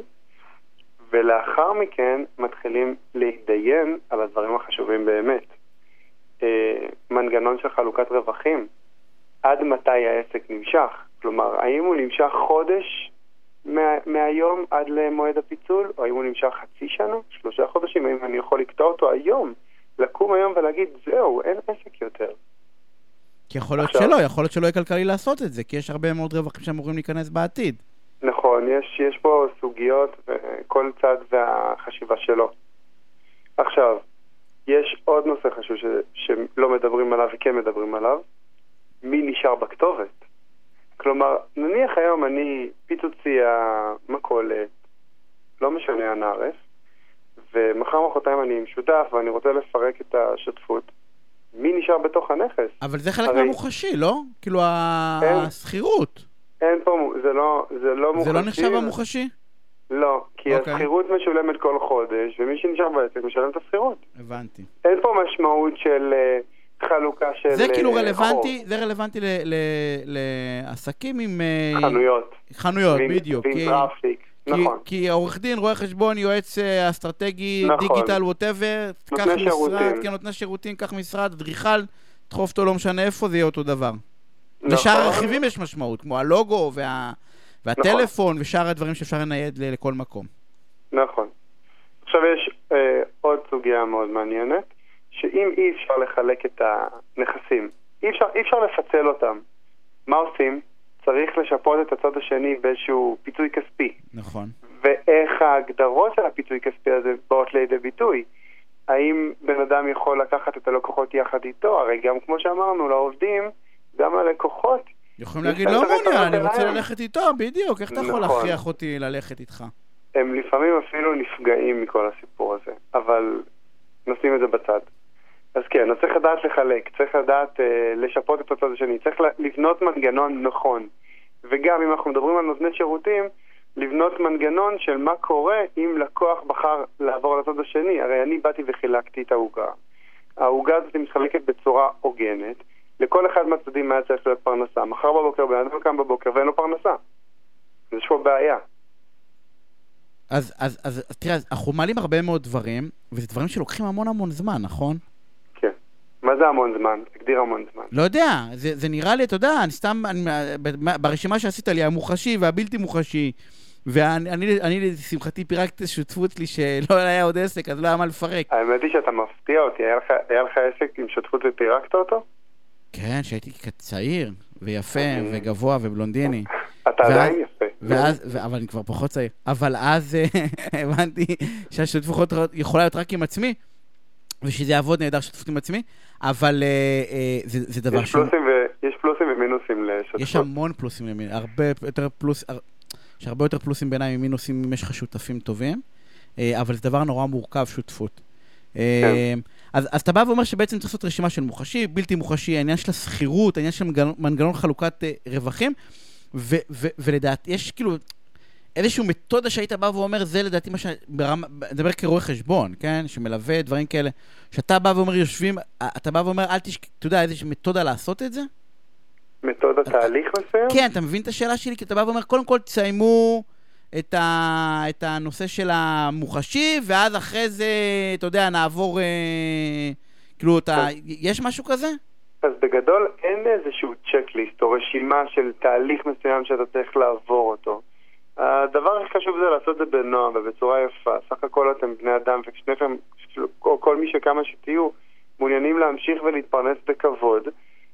ולאחר מכן מתחילים להתדיין על הדברים החשובים באמת. מנגנון של חלוקת רווחים. עד מתי העסק נמשך? כלומר, האם הוא נמשך חודש מה, מהיום עד למועד הפיצול, או האם הוא נמשך חצי שנה, שלושה חודשים, האם אני יכול לקטוע אותו היום, לקום היום ולהגיד, זהו, אין עסק יותר. כי יכול להיות עכשיו, שלא, יכול להיות שלא יהיה כלכלי לעשות את זה, כי יש הרבה מאוד רווחים שאמורים להיכנס בעתיד. נכון, יש, יש פה סוגיות, וכל צד והחשיבה שלו. עכשיו, יש עוד נושא חשוב ש, שלא מדברים עליו וכן מדברים עליו, מי נשאר בכתובת? כלומר, נניח היום אני פיצוציה, מכולת, לא משנה הנערף, ומחר מחרתיים אני עם שותף ואני רוצה לפרק את השותפות. מי נשאר בתוך הנכס? אבל זה חלק הרי... מהמוחשי, לא? כאילו אין, הסחירות. אין פה, זה לא, זה לא מוחשי. זה לא נחשב המוחשי? לא, כי okay. הסחירות משולמת כל חודש, ומי שנשאר בעצק משלם את הסחירות. הבנתי. אין פה משמעות של... חלוקה של... זה כאילו רלוונטי, זה רלוונטי לעסקים עם... חנויות. חנויות, בדיוק. ועם טראפיק, נכון. כי העורך דין, רואה חשבון, יועץ אסטרטגי, דיגיטל, ווטאבר, נותני שירותים. כן, נותני שירותים, כך משרד, דריכל, תחוף אותו לא משנה איפה, זה יהיה אותו דבר. לשאר הרכיבים יש משמעות, כמו הלוגו והטלפון ושאר הדברים שאפשר לנייד לכל מקום. נכון. עכשיו יש עוד סוגיה מאוד מעניינת. שאם אי אפשר לחלק את הנכסים, אי אפשר, אי אפשר לפצל אותם. מה עושים? צריך לשפות את הצד השני באיזשהו פיצוי כספי. נכון. ואיך ההגדרות של הפיצוי כספי הזה באות לידי ביטוי? האם בן אדם יכול לקחת את הלקוחות יחד איתו? הרי גם כמו שאמרנו, לעובדים, גם הלקוחות. יכולים להגיד, לא מעוניין, אני רוצה ללכת איתו, בדיוק. איך אתה יכול להכריח אותי ללכת איתך? הם לפעמים אפילו נפגעים מכל הסיפור הזה, אבל נשים את זה בצד. אז כן, אז צריך לדעת לחלק, צריך לדעת אה, לשפות את הצד השני, צריך לבנות מנגנון נכון. וגם אם אנחנו מדברים על נותני שירותים, לבנות מנגנון של מה קורה אם לקוח בחר לעבור לצד השני. הרי אני באתי וחילקתי את ההוגה. ההוגה הזאת מתחלקת בצורה הוגנת. לכל אחד מהצדדים היה צריך להיות פרנסה. מחר בבוקר, בן אדם קם בבוקר ואין לו פרנסה. אז יש פה בעיה. אז, אז, אז, אז תראה, אנחנו מעלים הרבה מאוד דברים, וזה דברים שלוקחים המון המון זמן, נכון? כן. מה זה המון זמן? תגדיר המון זמן. לא יודע, זה, זה נראה לי, אתה יודע, אני סתם, אני, ברשימה שעשית לי, המוחשי והבלתי מוחשי, ואני, אני, אני לשמחתי פירקתי שותפות לי שלא היה עוד עסק, אז לא היה מה לפרק. האמת היא שאתה מפתיע אותי, היה לך, היה לך עסק עם שותפות ופירקת אותו? כן, שהייתי צעיר, ויפה, וגבוה, ובלונדיני. אתה עדיין יפה. ואז, אבל אני כבר פחות צעיר. אבל אז הבנתי שהשותפות יכולה להיות רק עם עצמי, ושזה יעבוד נהדר שותפות עם עצמי, אבל זה דבר ש... יש פלוסים ומינוסים לשותפות. יש המון פלוסים למינוסים, הרבה יותר פלוס... יש הרבה יותר פלוסים בעיניי ממינוסים אם יש לך שותפים טובים, אבל זה דבר נורא מורכב, שותפות. אז, אז אתה בא ואומר שבעצם צריך לעשות רשימה של מוחשי, בלתי מוחשי, העניין של הסחירות, העניין של מנגנון, מנגנון חלוקת רווחים, ו, ו, ולדעתי, יש כאילו איזשהו מתודה שהיית בא ואומר, זה לדעתי מה שאני מדבר כרואה חשבון, כן? שמלווה דברים כאלה, שאתה בא ואומר, יושבים, אתה בא ואומר, אל תשכח, אתה יודע, איזושהי מתודה לעשות את זה? מתודה תהליך מסוים? כן, אתה מבין את השאלה שלי? כי אתה בא ואומר, קודם כל תסיימו את, ה, את הנושא של המוחשי, ואז אחרי זה, אתה יודע, נעבור, אה, כאילו, אתה, יש משהו כזה? אז בגדול אין איזשהו צ'קליסט או רשימה של תהליך מסוים שאתה צריך לעבור אותו. הדבר הכי חשוב זה לעשות זה בנועם ובצורה יפה. סך הכל אתם בני אדם, וכשניכם, או כל מי שכמה שתהיו, מעוניינים להמשיך ולהתפרנס בכבוד,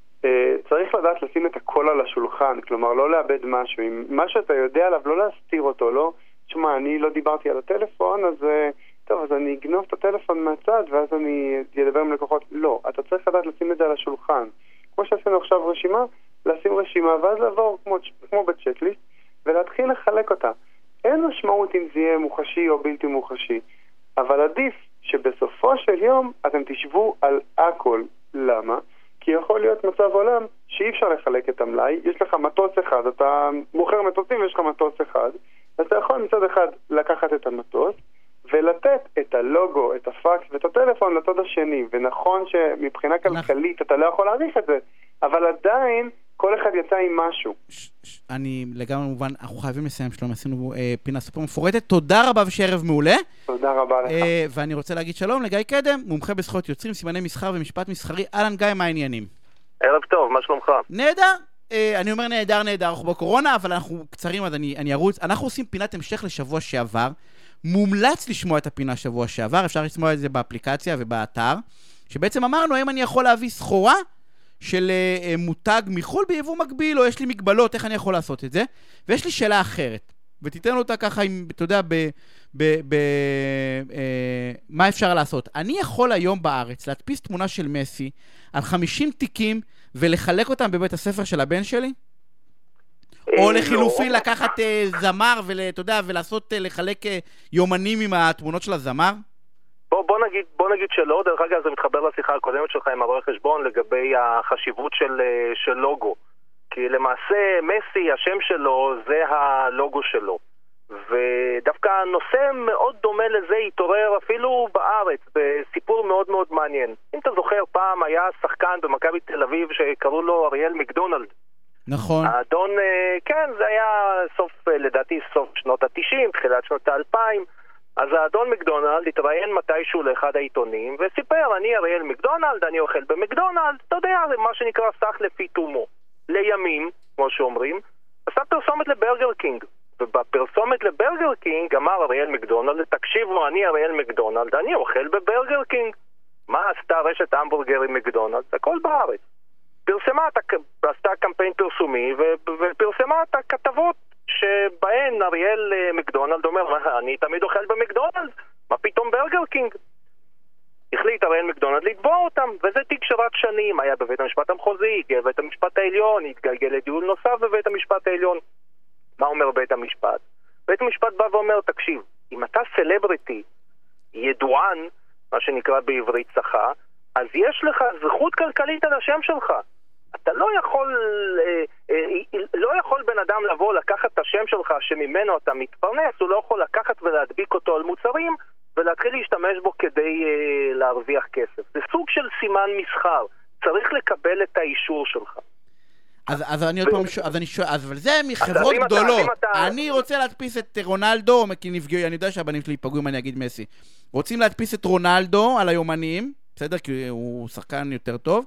צריך לדעת לשים את הכל על השולחן, כלומר לא לאבד משהו. אם מה שאתה יודע עליו, לא להסתיר אותו, לא, תשמע, אני לא דיברתי על הטלפון, אז טוב, אז אני אגנוב את הטלפון מהצד, ואז אני אדבר עם לקוחות. לא, אתה צריך לדעת לשים את זה על השולחן. כמו שעשינו עכשיו רשימה, לשים רשימה, ואז לעבור כמו, כמו בצ'קליסט, ולהתחיל לחלק אותה. אין משמעות אם זה יהיה מוחשי או בלתי מוחשי, אבל עדיף שבסופו של יום אתם תשבו על הכל. למה? כי יכול להיות מצב עולם שאי אפשר לחלק את המלאי, יש לך מטוס אחד, אתה מוכר מטוסים ויש לך מטוס אחד, אז אתה יכול מצד אחד לקחת את המטוס, ולתת את הלוגו, את הפקס ואת הטלפון לצד השני, ונכון שמבחינה כלכלית אתה לא יכול להעריך את זה, אבל עדיין כל אחד יצא עם משהו. אני לגמרי מובן, אנחנו חייבים לסיים שלום, עשינו פינה סופר מפורטת, תודה רבה ושערב מעולה. תודה רבה לך. ואני רוצה להגיד שלום לגיא קדם, מומחה בזכויות יוצרים, סימני מסחר ומשפט מסחרי. אהלן גיא, מה העניינים? ערב טוב, מה שלומך? נהדר. אני אומר נהדר, נהדר, אנחנו בקורונה, אבל אנחנו קצרים, אז אני ארוץ. אנחנו עושים פינת המשך לשבוע שעבר, מומלץ לשמוע את הפינה שבוע שעבר, אפשר לשמוע את זה באפליקציה ובאתר, שבעצם אמרנו, האם אני יכול להביא סחורה של uh, מותג מחול ביבוא מקביל, או יש לי מגבלות, איך אני יכול לעשות את זה? ויש לי שאלה אחרת, ותיתן אותה ככה, עם, אתה יודע, ב, ב, ב, uh, מה אפשר לעשות. אני יכול היום בארץ להדפיס תמונה של מסי על חמישים תיקים, ולחלק אותם בבית הספר של הבן שלי? או לחילופי לקחת uh, זמר, ואתה יודע, ולעשות, uh, לחלק uh, יומנים עם התמונות של הזמר? בוא, בוא נגיד, בוא נגיד שלא, דרך אגב זה מתחבר לשיחה הקודמת שלך עם הרואה חשבון לגבי החשיבות של, של לוגו. כי למעשה מסי, השם שלו, זה הלוגו שלו. ודווקא נושא מאוד דומה לזה התעורר אפילו בארץ, בסיפור מאוד מאוד מעניין. אם אתה זוכר, פעם היה שחקן במכבי תל אביב שקראו לו אריאל מקדונלד. נכון. האדון, כן, זה היה סוף, לדעתי סוף שנות ה-תשעים, תחילת שנות ה-אלפיים. אז האדון מקדונלד התראיין מתישהו לאחד העיתונים וסיפר, אני אריאל מקדונלד, אני אוכל במקדונלד, אתה יודע, זה מה שנקרא סך לפי תומו. לימים, כמו שאומרים, עשה פרסומת לברגר קינג, ובפרסומת לברגר קינג אמר אריאל מקדונלד, תקשיבו, אני אריאל מקדונלד, אני אוכל בברגר קינג. מה עשתה רשת המבורגרים מקדונלד? הכל בארץ. פרסמה, עשתה קמפיין פרסומי ופרסמה את הכתבות שבהן אריאל מקדונלד אומר, אני תמיד אוכל במקדונלד, מה פתאום ברגר קינג? החליט אריאל מקדונלד לתבוע אותם, וזה תיק שרק שנים, היה בבית המשפט המחוזי, הגיע בבית המשפט העליון, התגלגל לדיון נוסף בבית המשפט העליון. מה אומר בית המשפט? בית המשפט בא ואומר, תקשיב, אם אתה סלבריטי, ידוען, מה שנקרא בעברית צחה, אז יש לך זכות כלכלית על השם שלך. אתה לא יכול, אה, אה, לא יכול בן אדם לבוא לקחת את השם שלך שממנו אתה מתפרנס, הוא לא יכול לקחת ולהדביק אותו על מוצרים ולהתחיל להשתמש בו כדי אה, להרוויח כסף. זה סוג של סימן מסחר, צריך לקבל את האישור שלך. אז, אז אני עוד פעם שואל, אז אני שואל, אבל זה מחברות גדולות. אני רוצה להדפיס את רונלדו, כי נפגעו, אני יודע שהבנים שלי ייפגעו אם אני אגיד מסי. רוצים להדפיס את רונלדו על היומנים, בסדר? כי הוא שחקן יותר טוב.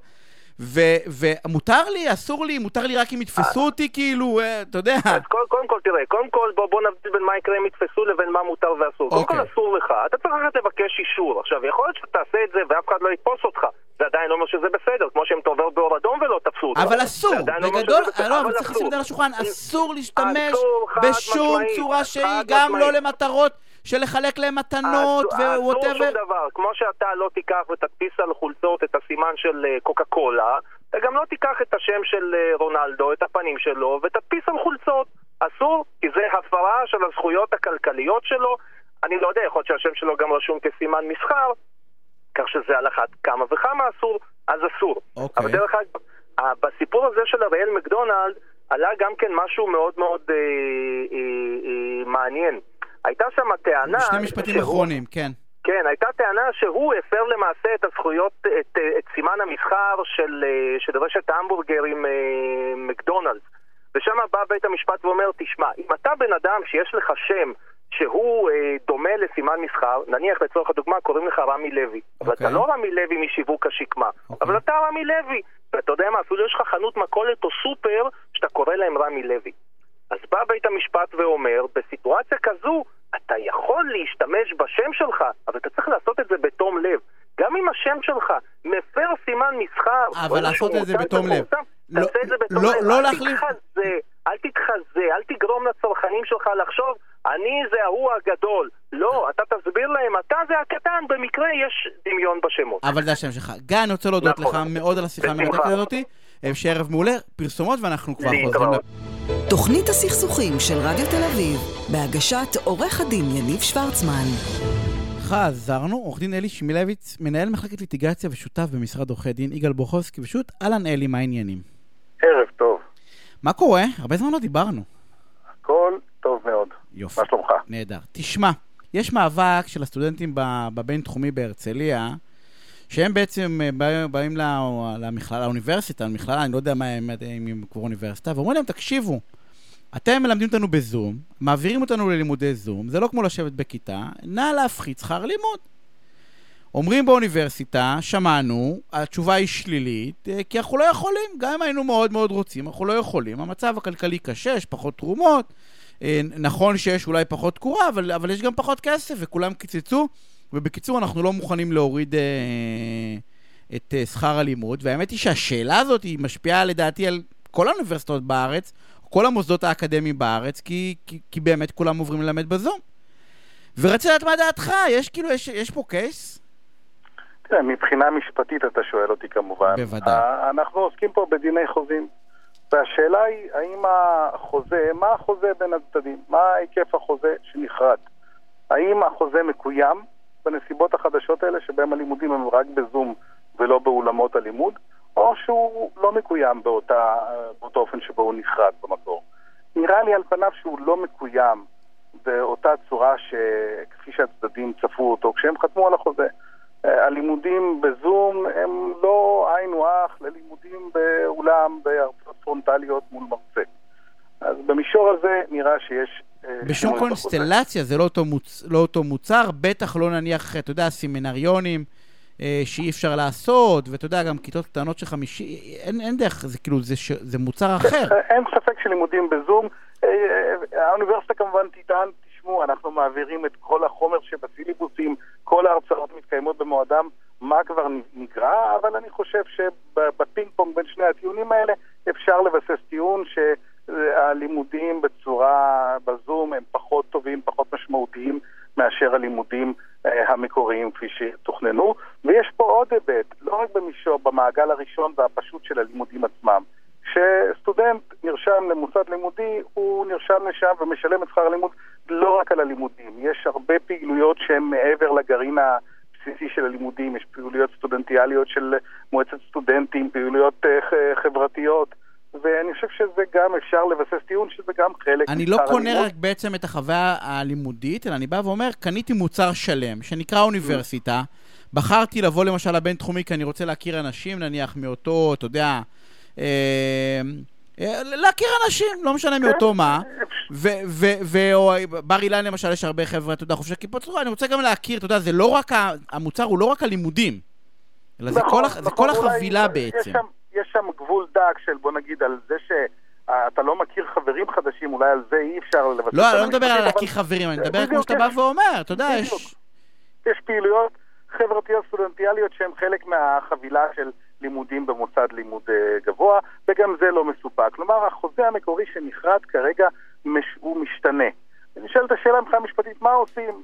ומותר לי, אסור לי, מותר לי רק אם יתפסו אותי, כאילו, אתה יודע. אז קודם כל, תראה, קודם כל, בוא נבדיל בין מה יקרה אם יתפסו לבין מה מותר ואסור. קודם כל אסור לך, אתה צריך לבקש אישור. עכשיו, יכול להיות שאתה תעשה את זה ואף אחד לא יתפוס אותך. זה עדיין לא אומר שזה בסדר, כמו שהם תעובר באור אדום ולא תפסו אותך. אבל אסור, בגדול, לא, אבל צריך לשים את זה על השולחן, אסור להשתמש בשום צורה שהיא, גם לא למטרות של לחלק להם מתנות ווואטאבר. אסור שום דבר, כמו שאתה לא תיקח ותדפיס על חולצות את הסימן של קוקה קולה, אתה גם לא תיקח את השם של רונלדו, את הפנים שלו, ותדפיס על חולצות. אסור, כי זה הפרה של הזכויות הכלכליות שלו. אני לא יודע, יכול להיות שהשם שלו גם רשום כסימן מסחר, כך שזה על אחת כמה וכמה אסור, אז אסור. Okay. אבל דרך אגב, בסיפור הזה של אריאל מקדונלד, עלה גם כן משהו מאוד מאוד אה, אה, אה, מעניין. הייתה שם טענה... שני משפטים שהוא, אחרונים, כן. כן, הייתה טענה שהוא הפר למעשה את הזכויות, את, את סימן המסחר של, של רשת ההמבורגרים אה, מקדונלד. ושם בא בית המשפט ואומר, תשמע, אם אתה בן אדם שיש לך שם שהוא אה, דומה לסימן מסחר, נניח לצורך הדוגמה קוראים לך רמי לוי, okay. אבל אתה לא רמי לוי משיווק השקמה, okay. אבל אתה רמי לוי, ואתה יודע מה, אפילו יש לך חנות מכולת או סופר שאתה קורא להם רמי לוי. אז בא בית המשפט ואומר, בסיטואציה כזו אתה יכול להשתמש בשם שלך, אבל אתה צריך לעשות את זה בתום לב. גם אם השם שלך מפר סימן מסחר, אבל לעשות את זה בתום לב. תעשה את זה בתום לב. אל תתחזה, אל תתחזה, אל תגרום לצרכנים שלך לחשוב, אני זה ההוא הגדול. לא, אתה תסביר להם, אתה זה הקטן, במקרה יש דמיון בשמות. אבל זה השם שלך. גיא, אני רוצה להודות לך מאוד על השיחה המרתקת הזאת. שערב מעולה, פרסומות ואנחנו כבר חוזרים. תוכנית הסכסוכים של רדיו תל אביב, בהגשת עורך הדין יניב שוורצמן. חזרנו, עורך דין אלי שמילביץ, מנהל מחלקת ליטיגציה ושותף במשרד עורכי דין, יגאל בוחובסקי, פשוט אהלן אלי, מה העניינים? ערב טוב. מה קורה? הרבה זמן לא דיברנו. הכל טוב מאוד. יופי. מה שלומך? נהדר. תשמע, יש מאבק של הסטודנטים בבין תחומי בהרצליה, שהם בעצם באים למכללה, לאוניברסיטה, למכללה, אני לא יודע מה הם, אם הם כבר אוניברסיטה, ואומרים להם, תקשיבו, אתם מלמדים אותנו בזום, מעבירים אותנו ללימודי זום, זה לא כמו לשבת בכיתה, נא להפחית שכר לימוד. אומרים באוניברסיטה, שמענו, התשובה היא שלילית, כי אנחנו לא יכולים, גם אם היינו מאוד מאוד רוצים, אנחנו לא יכולים. המצב הכלכלי קשה, יש פחות תרומות, נכון שיש אולי פחות תקורה, אבל, אבל יש גם פחות כסף, וכולם קיצצו, ובקיצור אנחנו לא מוכנים להוריד אה, את אה, שכר הלימוד, והאמת היא שהשאלה הזאת היא משפיעה לדעתי על כל האוניברסיטאות בארץ, כל המוסדות האקדמיים בארץ, כי, כי, כי באמת כולם עוברים ללמד בזום. ורציתי לדעת מה דעתך, יש כאילו, יש, יש פה קייס? תראה, מבחינה משפטית אתה שואל אותי כמובן. בוודאי. אנחנו עוסקים פה בדיני חוזים, והשאלה היא, האם החוזה, מה החוזה בין הצדדים? מה היקף החוזה שנכרת? האם החוזה מקוים בנסיבות החדשות האלה שבהם הלימודים הם רק בזום ולא באולמות הלימוד, או שהוא לא מקוים באותה, באותו אופן שבו הוא נכרת במקור? נראה לי על פניו שהוא לא מקוים באותה צורה שכפי שהצדדים צפו אותו כשהם חתמו על החוזה. הלימודים בזום הם לא עין ואח ללימודים באולם בהרצאות פרונטליות מול מרצה. אז במישור הזה נראה שיש... בשום קונסטלציה זה לא אותו, מוצ... לא אותו מוצר, בטח לא נניח, אתה יודע, סמינריונים אה, שאי אפשר לעשות, ואתה יודע, גם כיתות קטנות של חמישי, אין, אין דרך, זה כאילו, זה, ש... זה מוצר אחר. אין ספק שלימודים בזום, אה, האוניברסיטה כמובן תטען, תשמעו, אנחנו מעבירים את כל החומר שבסיליבוסים, כל ההרצאות מתקיימות במועדם, מה כבר נגרע, אבל אני חושב שבפינג פונג בין שני הטיעונים האלה, אפשר לבסס טיעון ש... הלימודים בצורה בזום הם פחות טובים, פחות משמעותיים מאשר הלימודים אה, המקוריים כפי שתוכננו. ויש פה עוד היבט, לא רק במישור, במעגל הראשון והפשוט של הלימודים עצמם. כשסטודנט נרשם למוסד לימודי, הוא נרשם לשם ומשלם את שכר הלימוד לא רק על הלימודים. יש הרבה פעילויות שהן מעבר לגרעין הבסיסי של הלימודים, יש פעילויות סטודנטיאליות של מועצת סטודנטים, פעילויות אה, חברתיות, ואני חושב שזה גם אפשר לבסס טיעון שזה גם חלק... אני לא קונה רק בעצם את החוויה הלימודית, אלא אני בא ואומר, קניתי מוצר שלם, שנקרא אוניברסיטה, בחרתי לבוא למשל לבן תחומי, כי אני רוצה להכיר אנשים, נניח מאותו, אתה יודע, להכיר אנשים, לא משנה מאותו מה. ובר אילן למשל, יש הרבה חבר'ה, אתה יודע, חופשי כיפות סרוגות, אני רוצה גם להכיר, אתה יודע, זה לא רק, המוצר הוא לא רק הלימודים, אלא זה כל החבילה בעצם. יש שם גבול דק של, בוא נגיד, על זה שאתה לא מכיר חברים חדשים, אולי על זה אי אפשר לבצע. לא, אני לא מדבר על להכיר חברים, אני מדבר כמו שאתה בא ואומר, אתה יודע, יש... יש פעילויות חברתיות סטודנטיאליות שהן חלק מהחבילה של לימודים במוסד לימוד גבוה, וגם זה לא מסופק. כלומר, החוזה המקורי שנכרת כרגע מש... הוא משתנה. אני שואל את השאלה מבחינה משפטית, מה עושים?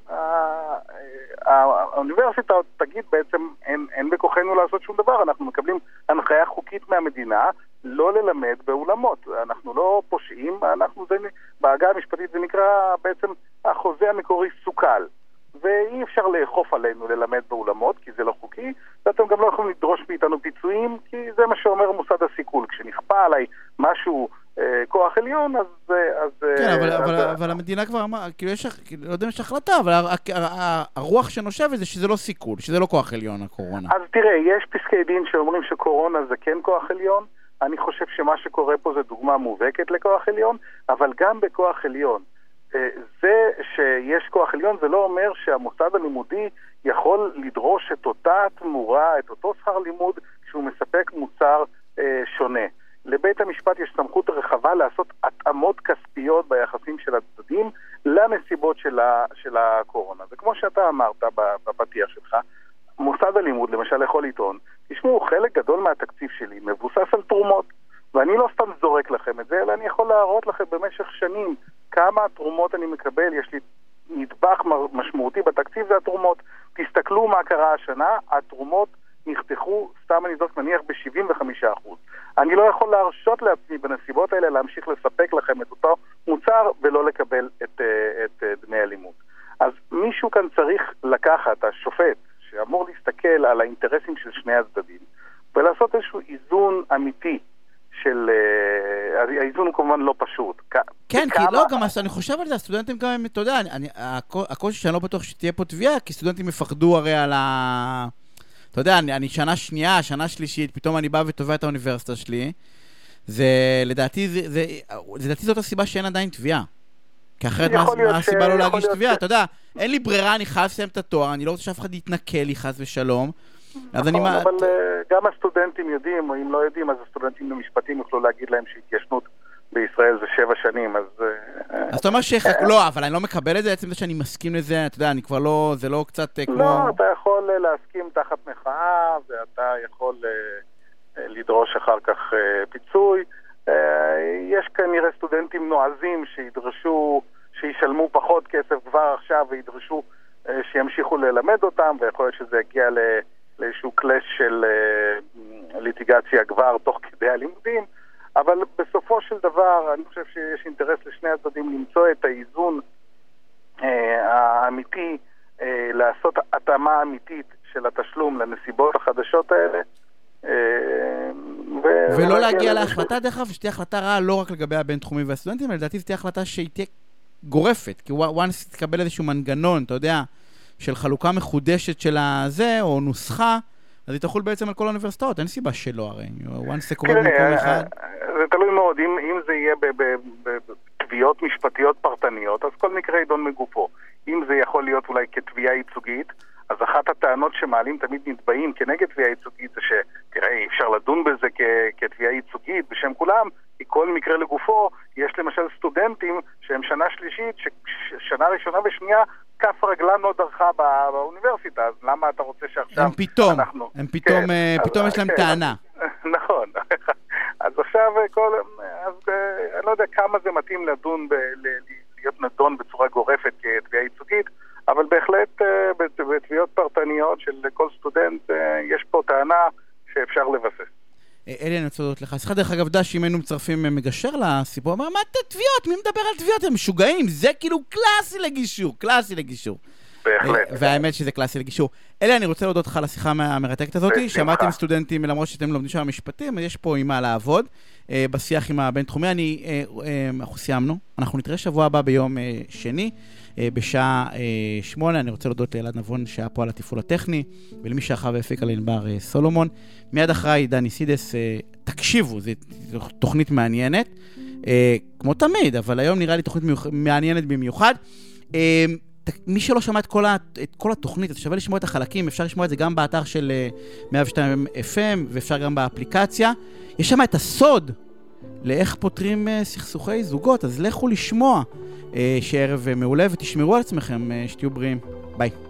האוניברסיטה תגיד בעצם, אין, אין בכוחנו לעשות שום דבר, אנחנו מקבלים הנחיה חוקית מהמדינה, לא ללמד באולמות. אנחנו לא פושעים, אנחנו זה, בהגה המשפטית זה נקרא בעצם החוזה המקורי סוכל. ואי אפשר לאכוף עלינו ללמד באולמות, כי זה לא חוקי, ואתם גם לא יכולים לדרוש מאיתנו פיצויים, כי זה מה שאומר מוסד הסיכול. כשנכפה עליי משהו אה, כוח עליון, אז... אז כן, אבל, אז, אבל, אז, אבל המדינה כבר אמרה, כאילו יש, לא יודע אם יש החלטה, אבל הרוח שנושבת זה שזה לא סיכול, שזה לא כוח עליון, הקורונה. אז תראה, יש פסקי דין שאומרים שקורונה זה כן כוח עליון, אני חושב שמה שקורה פה זה דוגמה מובהקת לכוח עליון, אבל גם בכוח עליון. זה שיש כוח עליון זה לא אומר שהמוסד הלימודי יכול לדרוש את אותה תמורה, את אותו שכר לימוד כשהוא מספק מוצר אה, שונה. לבית המשפט יש סמכות רחבה לעשות התאמות כספיות ביחסים של הצדדים לנסיבות של, ה, של הקורונה. זה כמו שאתה אמרת בפתיח שלך, מוסד הלימוד למשל יכול לטעון, תשמעו, חלק גדול מהתקציב שלי מבוסס על תרומות, ואני לא סתם זורק לכם את זה, אלא אני יכול להראות לכם במשך שנים כמה תרומות אני מקבל, יש לי נדבך משמעותי בתקציב, זה התרומות. תסתכלו מה קרה השנה, התרומות נחתכו, סתם אני זוכר נניח ב-שבעים וחמישה אחוז. אני לא יכול להרשות לעצמי בנסיבות האלה להמשיך לספק לכם את אותו מוצר ולא לקבל את, את, את דמי הלימוד. אז מישהו כאן צריך לקחת, השופט, שאמור להסתכל על האינטרסים של שני הצדדים, ולעשות איזשהו איזון אמיתי, של... האיזון הוא כמובן לא פשוט. כן, כי לא, גם אני חושב על זה, הסטודנטים גם, אתה יודע, הקושי שאני לא בטוח שתהיה פה תביעה, כי סטודנטים יפחדו הרי על ה... אתה יודע, אני שנה שנייה, שנה שלישית, פתאום אני בא ותובע את האוניברסיטה שלי, זה, לדעתי, לדעתי זאת הסיבה שאין עדיין תביעה. כי אחרת מה הסיבה לא להגיש תביעה? אתה יודע, אין לי ברירה, אני חייב לסיים את התואר, אני לא רוצה שאף אחד יתנקל לי חס ושלום, נכון, אבל גם הסטודנטים יודעים, או אם לא יודעים, אז הסטודנטים במשפטים יוכלו להגיד להם שהתיישנות בישראל זה שבע שנים, אז... אז אתה אומר שחק... לא, אבל אני לא מקבל את זה, עצם זה שאני מסכים לזה, אתה יודע, אני כבר לא, זה לא קצת כמו... לא, אתה יכול להסכים תחת מחאה, ואתה יכול לדרוש אחר כך פיצוי. יש כנראה סטודנטים נועזים שידרשו, שישלמו פחות כסף כבר עכשיו, וידרשו שימשיכו ללמד אותם, ויכול להיות שזה יגיע ל... לאיזשהו קלאש של uh, ליטיגציה כבר תוך כדי הלימודים, אבל בסופו של דבר אני חושב שיש אינטרס לשני הצדדים למצוא את האיזון uh, האמיתי, uh, לעשות התאמה אמיתית של התשלום לנסיבות החדשות האלה, uh, ו- ולא להגיע להחלטה, דרך אגב, שתהיה החלטה רעה לא רק לגבי הבינתחומי והסטודנטים, אלא לדעתי תהיה החלטה שהיא תהיה גורפת, כי once תקבל איזשהו מנגנון, אתה יודע, של חלוקה מחודשת של הזה, או נוסחה, אז היא תחול בעצם על כל האוניברסיטאות, אין סיבה שלא הרי. once זה קורה במקום אחד. זה תלוי מאוד, אם, אם זה יהיה בתביעות משפטיות פרטניות, אז כל מקרה יידון מגופו. אם זה יכול להיות אולי כתביעה ייצוגית, אז אחת הטענות שמעלים תמיד נתבעים כנגד תביעה ייצוגית, זה שתראה, אי אפשר לדון בזה כ- כתביעה ייצוגית בשם כולם, כי כל מקרה לגופו, יש למשל סטודנטים שהם שנה שלישית, ששנה ראשונה ושנייה, כף רגלן לא דרכה בא, באוניברסיטה, אז למה אתה רוצה שעכשיו... הם פתאום, אנחנו... הם פתאום, כן, פתאום אז, יש להם כן, טענה. נכון. אז עכשיו, כל, אז, אני לא יודע כמה זה מתאים לדון, ב, להיות נדון בצורה גורפת כתביעה ייצוגית, אבל בהחלט בתביעות פרטניות של כל סטודנט, יש פה טענה שאפשר לבסס. אלי, אני רוצה לדעות לך. סליחה, דרך אגב, דש, אם היינו מצרפים מגשר לסיפור, אמר, מה אתה תביעות? מי מדבר על תביעות? הם משוגעים. זה כאילו קלאסי לגישור. קלאסי לגישור. בהחלט. והאמת שזה קלאסי לגישור. אלי, אני רוצה להודות לך על השיחה המרתקת הזאת. שמעתם סטודנטים, למרות שאתם לומדים שם המשפטים, יש פה עם מה לעבוד. בשיח עם הבינתחומי, אני, אנחנו סיימנו. אנחנו נתראה שבוע הבא ביום שני. בשעה שמונה. אני רוצה להודות לאלעד נבון שהיה פה על התפעול הטכני, ולמי שאחר והפיק על ענבר סולומון. מיד אחריי דני סידס, תקשיבו, זו תוכנית מעניינת, אה, כמו תמיד, אבל היום נראה לי תוכנית מיוח... מעניינת במיוחד. אה, מי שלא שמע את כל, ה... את כל התוכנית, אז שווה לשמוע את החלקים, אפשר לשמוע את זה גם באתר של מאה ושתיים אף אם, ואפשר גם באפליקציה. יש שם את הסוד לאיך פותרים אה, סכסוכי זוגות, אז לכו לשמוע. אה, שערב מעולה, ותשמרו על עצמכם, אה, שתהיו בריאים. ביי.